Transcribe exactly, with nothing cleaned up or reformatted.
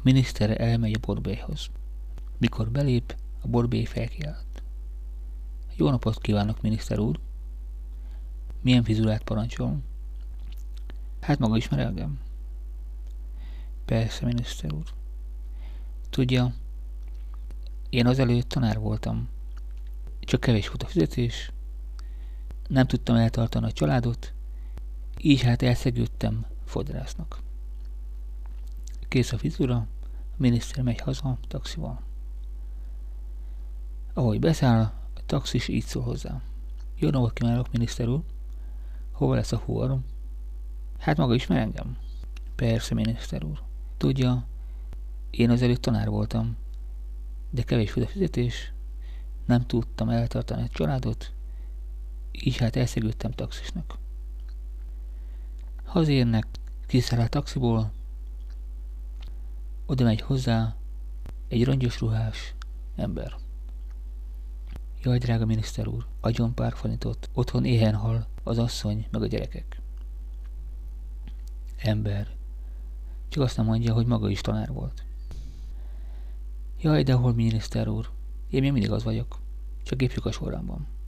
miniszter elmegy a borbélyhoz. Mikor belép, a borbély felkiált. Jó napot kívánok, miniszter úr! Milyen fizurát parancsol? Hát maga ismer engem? Persze, miniszter úr. Tudja, én azelőtt tanár voltam. Csak kevés volt a fizetés, nem tudtam eltartani a családot, így hát elszegődtem fodrásznak. Kész a fizura, a miniszter megy haza taxival. Ahogy beszáll, a taxis így szól hozzá. Jó napot kívánok, miniszter úr! Hova lesz a fuvarom? Hát maga ismer engem? Persze, miniszter úr. Tudja, én azelőtt tanár voltam, de kevés volt a fizetés, nem tudtam eltartani a családot, így hát elszegődtem taxisnak. Hazérnek, kiszáll a taxiból, oda megy hozzá egy rongyos ruhás ember. Jaj, drága miniszter úr, adjon pár forintot, otthon éhen hal az asszony meg a gyerekek. Ember. Csak azt nem mondja, hogy maga is tanár volt. Jaj, de hol, miniszter úr? Én még mindig az vagyok. Csak épp lyukas orrám van.